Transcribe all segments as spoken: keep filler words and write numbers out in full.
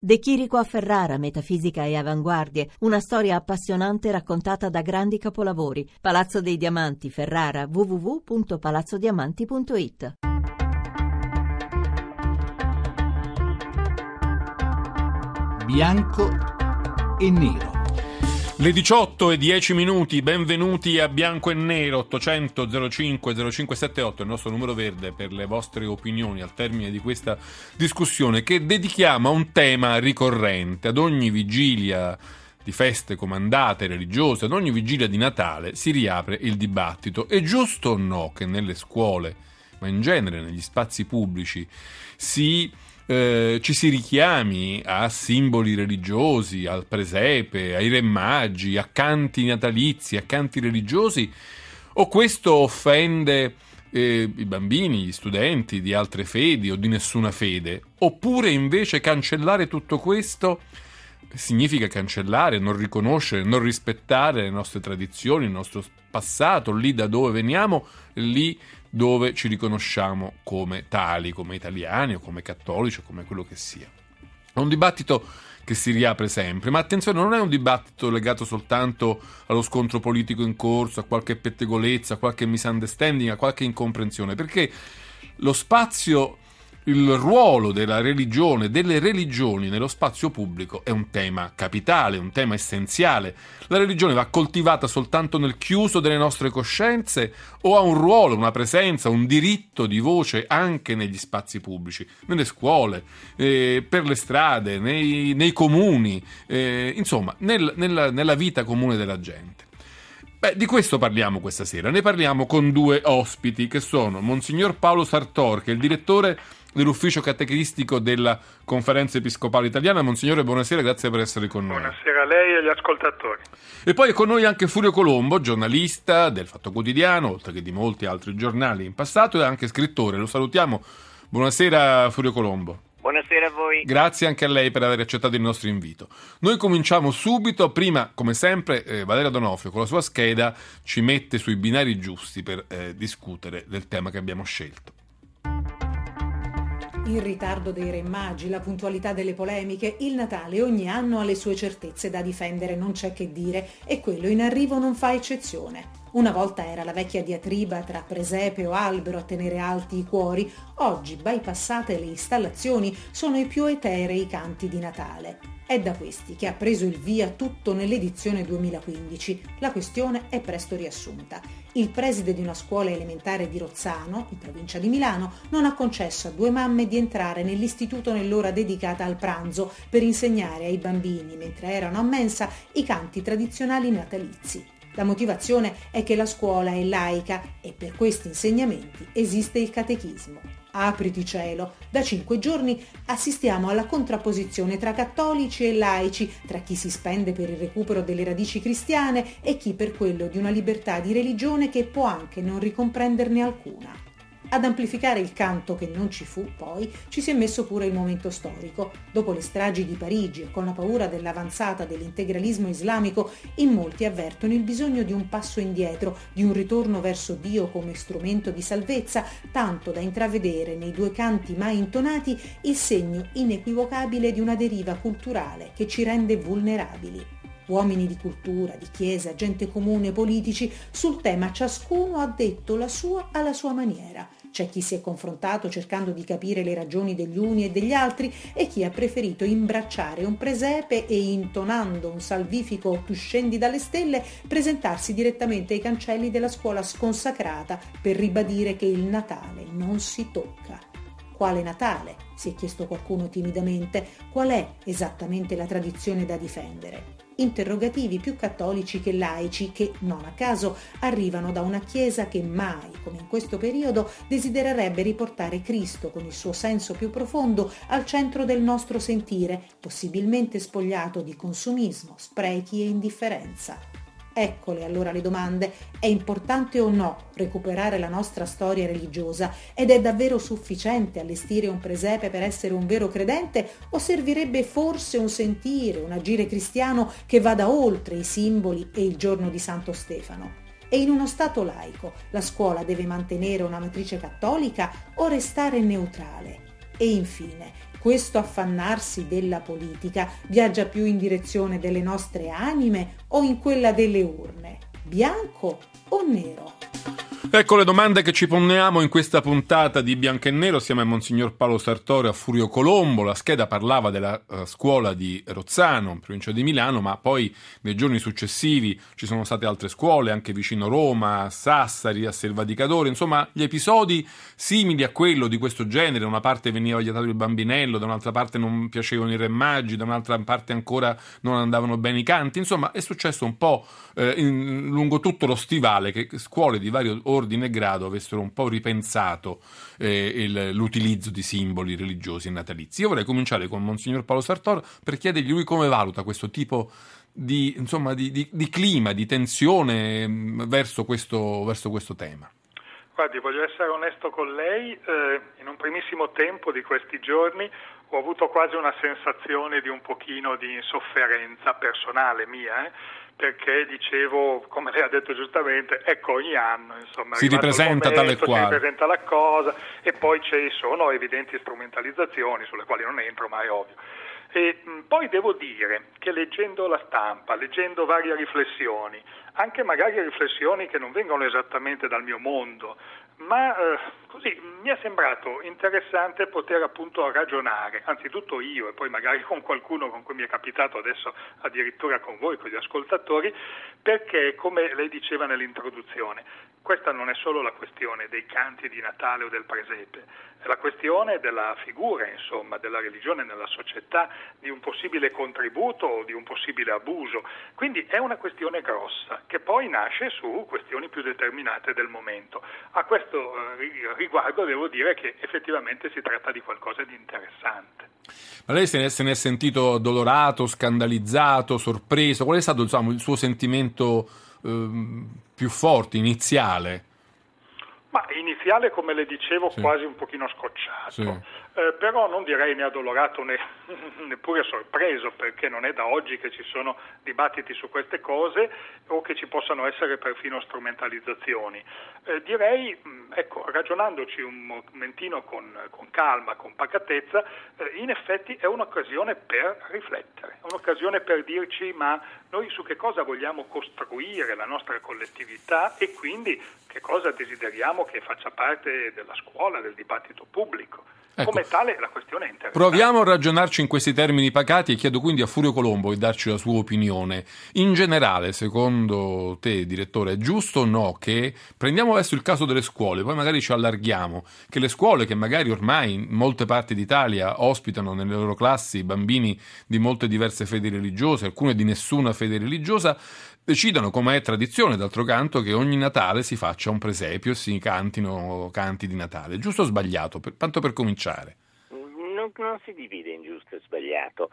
De Chirico a Ferrara, metafisica e avanguardie, una storia appassionante raccontata da grandi capolavori. Palazzo dei Diamanti, Ferrara, w w w punto palazzo diamanti punto i t. Bianco e nero. Le diciotto e dieci minuti, benvenuti a Bianco e Nero. Ottocento zero cinque zero cinque sette otto, il nostro numero verde per le vostre opinioni al termine di questa discussione che dedichiamo a un tema ricorrente. Ad ogni vigilia di feste comandate religiose, ad ogni vigilia di Natale si riapre il dibattito: è giusto o no che nelle scuole, ma in genere negli spazi pubblici, si Eh, ci si richiami a simboli religiosi, al presepe, ai re magi, a canti natalizi, a canti religiosi, o questo offende eh, i bambini, gli studenti di altre fedi o di nessuna fede? Oppure invece cancellare tutto questo significa cancellare, non riconoscere, non rispettare le nostre tradizioni, il nostro passato, lì da dove veniamo, lì dove ci riconosciamo come tali, come italiani o come cattolici o come quello che sia. È un dibattito che si riapre sempre, ma attenzione, non è un dibattito legato soltanto allo scontro politico in corso, a qualche pettegolezza, a qualche misunderstanding, a qualche incomprensione, perché lo spazio, il ruolo della religione, delle religioni nello spazio pubblico è un tema capitale, un tema essenziale. La religione va coltivata soltanto nel chiuso delle nostre coscienze o ha un ruolo, una presenza, un diritto di voce anche negli spazi pubblici, nelle scuole, eh, per le strade, nei, nei comuni, eh, insomma, nel, nella, nella vita comune della gente. Beh, di questo parliamo questa sera. Ne parliamo con due ospiti che sono Monsignor Paolo Sartor, che è il direttore dell'ufficio catechistico della Conferenza Episcopale Italiana. Monsignore, buonasera, grazie per essere con noi. Buonasera a lei e agli ascoltatori. E poi è con noi anche Furio Colombo, giornalista del Fatto Quotidiano, oltre che di molti altri giornali in passato, e anche scrittore. Lo salutiamo. Buonasera Furio Colombo. Buonasera a voi. Grazie anche a lei per aver accettato il nostro invito. Noi cominciamo subito. Prima, come sempre, eh, Valeria Donofrio con la sua scheda ci mette sui binari giusti per eh, discutere del tema che abbiamo scelto. Il ritardo dei re magi, la puntualità delle polemiche, il Natale ogni anno ha le sue certezze da difendere, non c'è che dire, e quello in arrivo non fa eccezione. Una volta era la vecchia diatriba tra presepe o albero a tenere alti i cuori, oggi, bypassate le installazioni, sono i più eterei canti di Natale. È da questi che ha preso il via tutto nell'edizione duemilaquindici. La questione è presto riassunta. Il preside di una scuola elementare di Rozzano, in provincia di Milano, non ha concesso a due mamme di entrare nell'istituto nell'ora dedicata al pranzo per insegnare ai bambini, mentre erano a mensa, i canti tradizionali natalizi. La motivazione è che la scuola è laica e per questi insegnamenti esiste il catechismo. Apriti cielo, da cinque giorni assistiamo alla contrapposizione tra cattolici e laici, tra chi si spende per il recupero delle radici cristiane e chi per quello di una libertà di religione che può anche non ricomprenderne alcuna. Ad amplificare il canto che non ci fu, poi, ci si è messo pure il momento storico. Dopo le stragi di Parigi e con la paura dell'avanzata dell'integralismo islamico, in molti avvertono il bisogno di un passo indietro, di un ritorno verso Dio come strumento di salvezza, tanto da intravedere nei due canti mai intonati il segno inequivocabile di una deriva culturale che ci rende vulnerabili. Uomini di cultura, di chiesa, gente comune, politici, sul tema ciascuno ha detto la sua alla sua maniera. C'è chi si è confrontato cercando di capire le ragioni degli uni e degli altri e chi ha preferito imbracciare un presepe e, intonando un salvifico "Tu scendi dalle stelle", presentarsi direttamente ai cancelli della scuola sconsacrata per ribadire che il Natale non si tocca. Quale Natale? Si è chiesto qualcuno timidamente. Qual è esattamente la tradizione da difendere? Interrogativi più cattolici che laici che, non a caso, arrivano da una chiesa che mai, come in questo periodo, desidererebbe riportare Cristo con il suo senso più profondo al centro del nostro sentire, possibilmente spogliato di consumismo, sprechi e indifferenza. Eccole allora le domande: è importante o no recuperare la nostra storia religiosa ed è davvero sufficiente allestire un presepe per essere un vero credente o servirebbe forse un sentire, un agire cristiano che vada oltre i simboli e il giorno di Santo Stefano? E in uno Stato laico la scuola deve mantenere una matrice cattolica o restare neutrale? E infine, Questo affannarsi della politica viaggia più in direzione delle nostre anime o in quella delle urne? Bianco o nero? Ecco le domande che ci poniamo in questa puntata di Bianco e Nero. Siamo a Monsignor Paolo Sartorio a Furio Colombo. La scheda parlava della uh, scuola di Rozzano, in provincia di Milano, ma poi nei giorni successivi ci sono state altre scuole, anche vicino Roma, a Sassari, a Selva di Cadore. Insomma, gli episodi simili a quello di questo genere. Da una parte veniva vietato il bambinello, da un'altra parte non piacevano i re magi, da un'altra parte ancora non andavano bene i canti. Insomma, è successo un po' eh, in, lungo tutto lo stivale che scuole di vario ordine e grado avessero un po' ripensato eh, il, l'utilizzo di simboli religiosi e natalizi. Io vorrei cominciare con Monsignor Paolo Sartor per chiedergli lui come valuta questo tipo di, insomma, di, di, di clima, di tensione mh, verso questo, verso questo tema. Guardi, voglio essere onesto con lei, eh, in un primissimo tempo di questi giorni ho avuto quasi una sensazione di un pochino di insofferenza personale mia, eh? Perché dicevo, come lei ha detto giustamente, ecco ogni anno insomma si ripresenta momento, tale quale. Si ripresenta la cosa e poi ci sono evidenti strumentalizzazioni sulle quali non entro, ma è ovvio. E mh, poi devo dire che leggendo la stampa, leggendo varie riflessioni, anche magari riflessioni che non vengono esattamente dal mio mondo, ma eh, così mi è sembrato interessante poter appunto ragionare, anzitutto io e poi magari con qualcuno con cui mi è capitato adesso addirittura con voi, con gli ascoltatori, perché come lei diceva nell'introduzione, questa non è solo la questione dei canti di Natale o del presepe, è la questione della figura, insomma, della religione nella società, di un possibile contributo o di un possibile abuso. Quindi è una questione grossa, che poi nasce su questioni più determinate del momento. A questo eh, riguardo devo dire che effettivamente si tratta di qualcosa di interessante. Ma lei se ne, se ne è sentito addolorato, scandalizzato, sorpreso? Qual è stato, insomma, il suo sentimento eh, più forte, iniziale? Ma iniziale, come le dicevo, sì. Quasi un pochino scocciato, sì. eh, però non direi né addolorato né neppure sorpreso, perché non è da oggi che ci sono dibattiti su queste cose o che ci possano essere perfino strumentalizzazioni. Eh, direi, ecco, ragionandoci un momentino con, con calma, con pacatezza, eh, in effetti è un'occasione per riflettere, è un'occasione per dirci ma noi su che cosa vogliamo costruire la nostra collettività e quindi che cosa desideriamo che faccia parte della scuola, del dibattito pubblico. Ecco, come tale la questione è interessante. Proviamo a ragionarci in questi termini pacati e chiedo quindi a Furio Colombo di darci la sua opinione. In generale, secondo te, direttore, è giusto o no che prendiamo adesso il caso delle scuole, poi magari ci allarghiamo, che le scuole che magari ormai in molte parti d'Italia ospitano nelle loro classi bambini di molte diverse fedi religiose, alcune di nessuna fede religiosa, decidono, come è tradizione d'altro canto, che ogni Natale si faccia un presepio e si cantino canti di Natale. Giusto o sbagliato? Per, tanto per cominciare. Non, non si divide in giusto e sbagliato,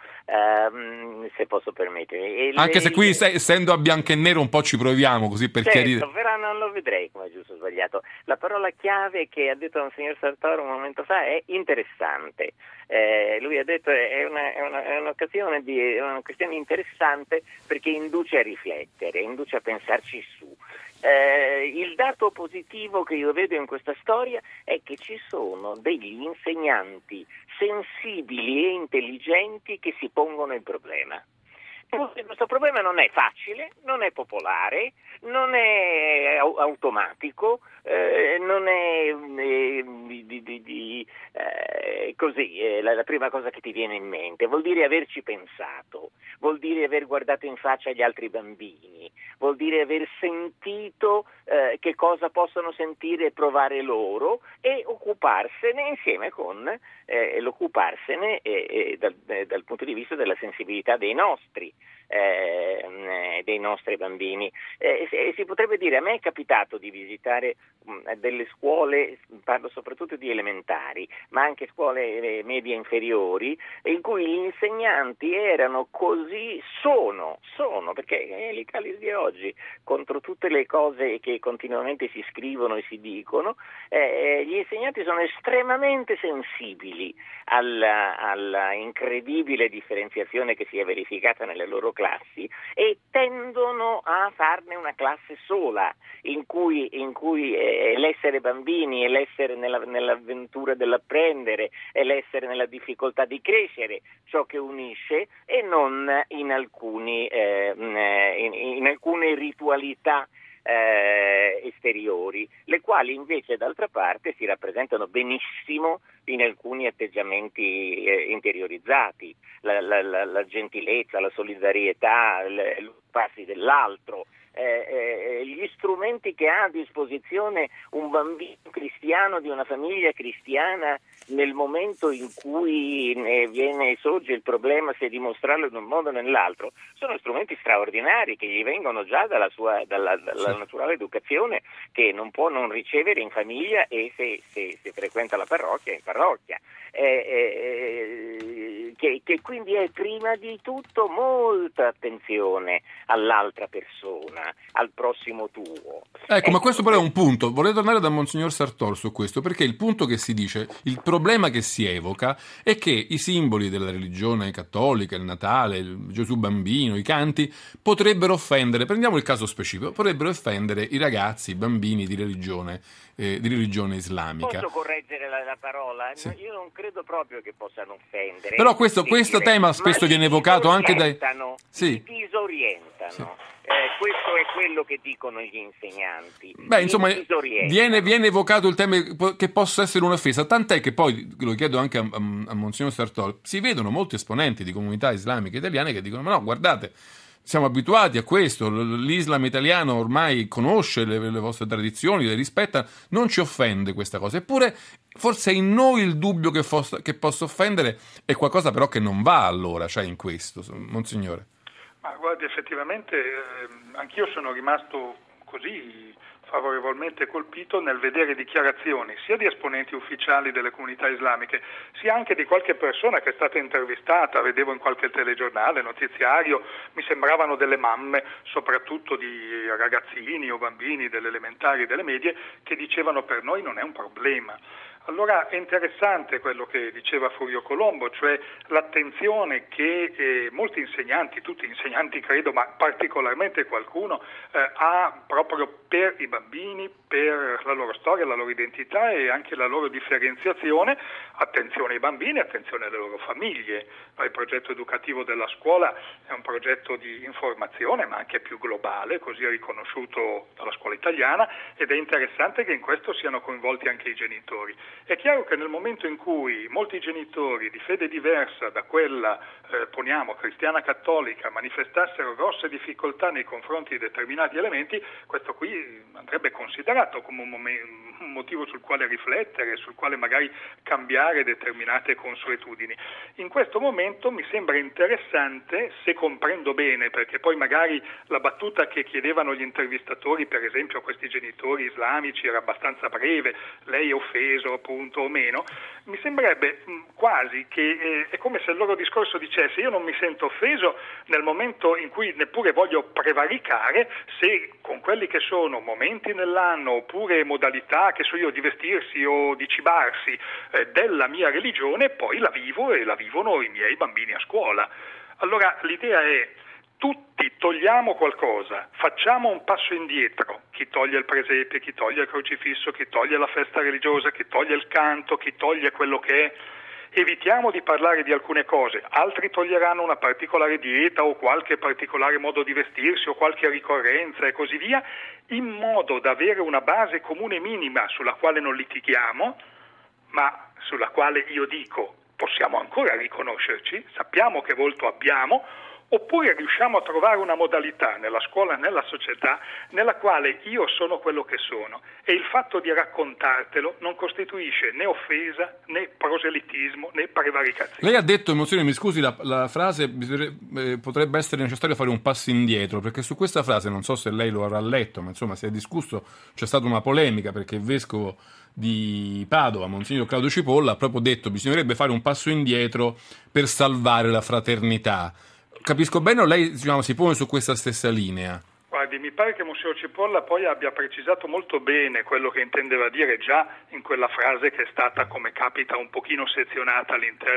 um, se posso permettermi. E Anche le, se qui, le... essendo a bianco e nero, un po' ci proviamo, così per certo, chiarire. Però non lo vedrei come giusto o sbagliato. La parola chiave che ha detto il signor Sartoro un momento fa è interessante. Eh, lui ha detto è, una, è, una, è un'occasione di, è una questione interessante perché induce a riflettere, induce a pensarci su. Eh, il dato positivo che io vedo in questa storia è che ci sono degli insegnanti sensibili e intelligenti che si pongono il problema. Questo problema non è facile, non è popolare, non è automatico, eh, non è eh, di, di, di, eh, così eh, la, la prima cosa che ti viene in mente. Vuol dire averci pensato, vuol dire aver guardato in faccia gli altri bambini, vuol dire aver sentito eh, che cosa possono sentire e provare loro e occuparsene insieme con eh, l'occuparsene eh, eh, dal, eh, dal punto di vista della sensibilità dei nostri. Eh, dei nostri bambini. Eh, si potrebbe dire, a me è capitato di visitare mh, delle scuole, parlo soprattutto di elementari, ma anche scuole eh, medie inferiori, in cui gli insegnanti erano così, sono, sono, perché eh, l'Italia di oggi, contro tutte le cose che continuamente si scrivono e si dicono, eh, gli insegnanti sono estremamente sensibili alla, alla incredibile differenziazione che si è verificata nelle loro classi e tendono a farne una classe sola, in cui, in cui eh, l'essere bambini e l'essere nella, nell'avventura dell'apprendere e l'essere nella difficoltà di crescere ciò che unisce, e non in alcuni eh, in, in alcune ritualità Eh, esteriori, le quali invece d'altra parte si rappresentano benissimo in alcuni atteggiamenti eh, interiorizzati, la, la, la, la gentilezza, la solidarietà, l'occuparsi dell'altro, eh, eh, gli strumenti che ha a disposizione un bambino cristiano di una famiglia cristiana nel momento in cui ne viene sorge il problema se dimostrarlo in un modo o nell'altro, sono strumenti straordinari che gli vengono già dalla sua dalla, dalla sì. naturale educazione che non può non ricevere in famiglia e se, se, se frequenta la parrocchia in parrocchia, eh, eh, che, che quindi è prima di tutto molta attenzione all'altra persona, al prossimo tuo. Ecco, ma questo però è un punto. Vorrei tornare da Monsignor Sartor su questo, perché il punto che si dice, il problema che si evoca è che i simboli della religione cattolica, il Natale, il Gesù bambino, i canti, potrebbero offendere, prendiamo il caso specifico, potrebbero offendere i ragazzi, i bambini di religione, eh, di religione islamica. Posso correggere la, la parola? Sì. Io non credo proprio che possano offendere. Però questo, questo tema spesso viene evocato anche dai... Sì. Li disorientano. Sì. Eh, questo è quello che dicono gli insegnanti. Beh, insomma, viene, viene evocato il tema che possa essere un'offesa, tant'è che poi, lo chiedo anche a, a, a Monsignor Sartor, si vedono molti esponenti di comunità islamiche italiane che dicono: ma no, guardate, siamo abituati a questo, l'Islam italiano ormai conosce le, le vostre tradizioni, le rispetta, non ci offende questa cosa. Eppure forse è in noi il dubbio che, fosse, che possa offendere, è qualcosa però che non va allora, cioè in questo, Monsignore. Ma guardi, effettivamente eh, anch'io sono rimasto così favorevolmente colpito nel vedere dichiarazioni sia di esponenti ufficiali delle comunità islamiche, sia anche di qualche persona che è stata intervistata, vedevo in qualche telegiornale, notiziario, mi sembravano delle mamme, soprattutto di ragazzini o bambini delle elementari e delle medie, che dicevano: per noi non è un problema. Allora è interessante quello che diceva Furio Colombo, cioè l'attenzione che eh, molti insegnanti, tutti insegnanti credo, ma particolarmente qualcuno, eh, ha proprio per i bambini, per la loro storia, la loro identità e anche la loro differenziazione. Attenzione ai bambini, attenzione alle loro famiglie. Il progetto educativo della scuola è un progetto di informazione, ma anche più globale, così è riconosciuto dalla scuola italiana, ed è interessante che in questo siano coinvolti anche i genitori. È chiaro che nel momento in cui molti genitori di fede diversa da quella, eh, poniamo, cristiana cattolica, manifestassero grosse difficoltà nei confronti di determinati elementi, questo qui andrebbe considerato come un, mom- un motivo sul quale riflettere, sul quale magari cambiare determinate consuetudini. In questo momento mi sembra interessante, se comprendo bene, perché poi magari la battuta che chiedevano gli intervistatori, per esempio a questi genitori islamici, era abbastanza breve, lei è offeso, appunto, o meno, mi sembrerebbe mh, quasi che eh, è come se il loro discorso dicesse: io non mi sento offeso nel momento in cui neppure voglio prevaricare, se con quelli che sono momenti nell'anno oppure modalità, che so io, di vestirsi o di cibarsi eh, della mia religione, poi la vivo e la vivono i miei bambini a scuola. Allora l'idea è: tutti togliamo qualcosa, facciamo un passo indietro, chi toglie il presepe, chi toglie il crocifisso, chi toglie la festa religiosa, chi toglie il canto, chi toglie quello che è, evitiamo di parlare di alcune cose, altri toglieranno una particolare dieta o qualche particolare modo di vestirsi o qualche ricorrenza e così via, in modo da avere una base comune minima sulla quale non litighiamo, ma sulla quale io dico possiamo ancora riconoscerci, sappiamo che volto abbiamo, oppure riusciamo a trovare una modalità nella scuola e nella società nella quale io sono quello che sono e il fatto di raccontartelo non costituisce né offesa né proselitismo né prevaricazione. Lei ha detto, Monsignore, mi scusi la, la frase, eh, potrebbe essere necessario fare un passo indietro, perché su questa frase, non so se lei lo avrà letto, ma insomma si è discusso, c'è stata una polemica perché il vescovo di Padova, Monsignor Claudio Cipolla, ha proprio detto bisognerebbe fare un passo indietro per salvare la fraternità. Capisco bene o lei, diciamo, si pone su questa stessa linea? Guardi, mi pare che Monsignor Cipolla poi abbia precisato molto bene quello che intendeva dire già in quella frase che è stata, come capita, un pochino sezionata all'interno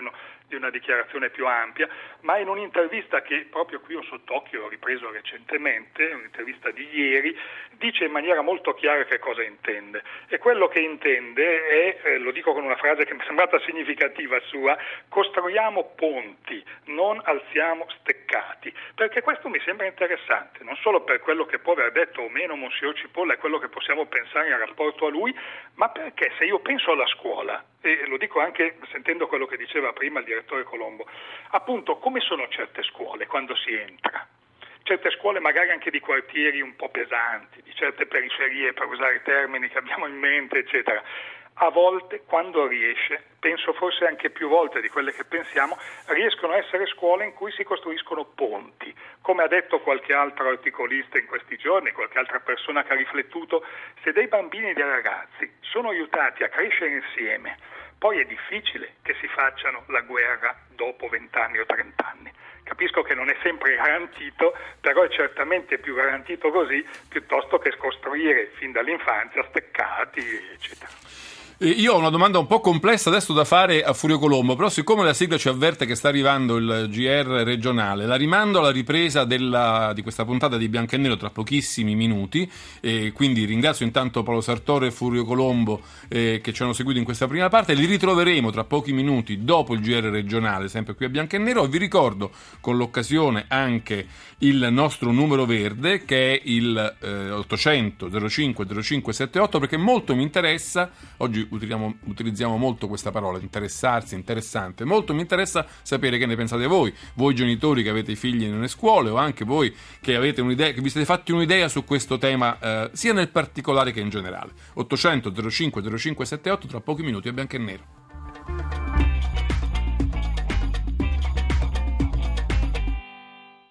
di una dichiarazione più ampia, ma in un'intervista che proprio qui ho sott'occhio, ho ripreso recentemente, un'intervista di ieri, dice in maniera molto chiara che cosa intende. E quello che intende è, eh, lo dico con una frase che mi è sembrata significativa sua, costruiamo ponti, non alziamo steccati, perché questo mi sembra interessante, non solo per quello che può aver detto o meno Monsignor Cipolla e quello che possiamo pensare in rapporto a lui, ma perché se io penso alla scuola, e lo dico anche sentendo quello che diceva prima il direttore Colombo, appunto come sono certe scuole quando si entra? Certe scuole magari anche di quartieri un po' pesanti, di certe periferie, per usare i termini che abbiamo in mente, eccetera. A volte, quando riesce, penso forse anche più volte di quelle che pensiamo, riescono a essere scuole in cui si costruiscono ponti. Come ha detto qualche altro articolista in questi giorni, qualche altra persona che ha riflettuto, se dei bambini e dei ragazzi sono aiutati a crescere insieme, poi è difficile che si facciano la guerra dopo vent'anni o trent'anni. Capisco che non è sempre garantito, però è certamente più garantito così piuttosto che costruire fin dall'infanzia steccati, eccetera. Io ho una domanda un po' complessa adesso da fare a Furio Colombo, però siccome la sigla ci avverte che sta arrivando il G R regionale, la rimando alla ripresa della, di questa puntata di Bianco e Nero tra pochissimi minuti, e quindi ringrazio intanto Paolo Sartore e Furio Colombo eh, che ci hanno seguito in questa prima parte. Li ritroveremo tra pochi minuti dopo il G R regionale, sempre qui a Bianco e Nero, e vi ricordo con l'occasione anche il nostro numero verde che è il eh, ottocento zero cinque zero cinque settantotto, perché molto mi interessa, oggi Utilizziamo, utilizziamo molto questa parola, interessarsi, interessante. Molto mi interessa sapere che ne pensate voi, voi genitori che avete i figli nelle scuole, o anche voi che avete un'idea, che vi siete fatti un'idea su questo tema, eh, sia nel particolare che in generale. ottocento zero cinque zero cinque settantotto, tra pochi minuti a Bianco e Nero.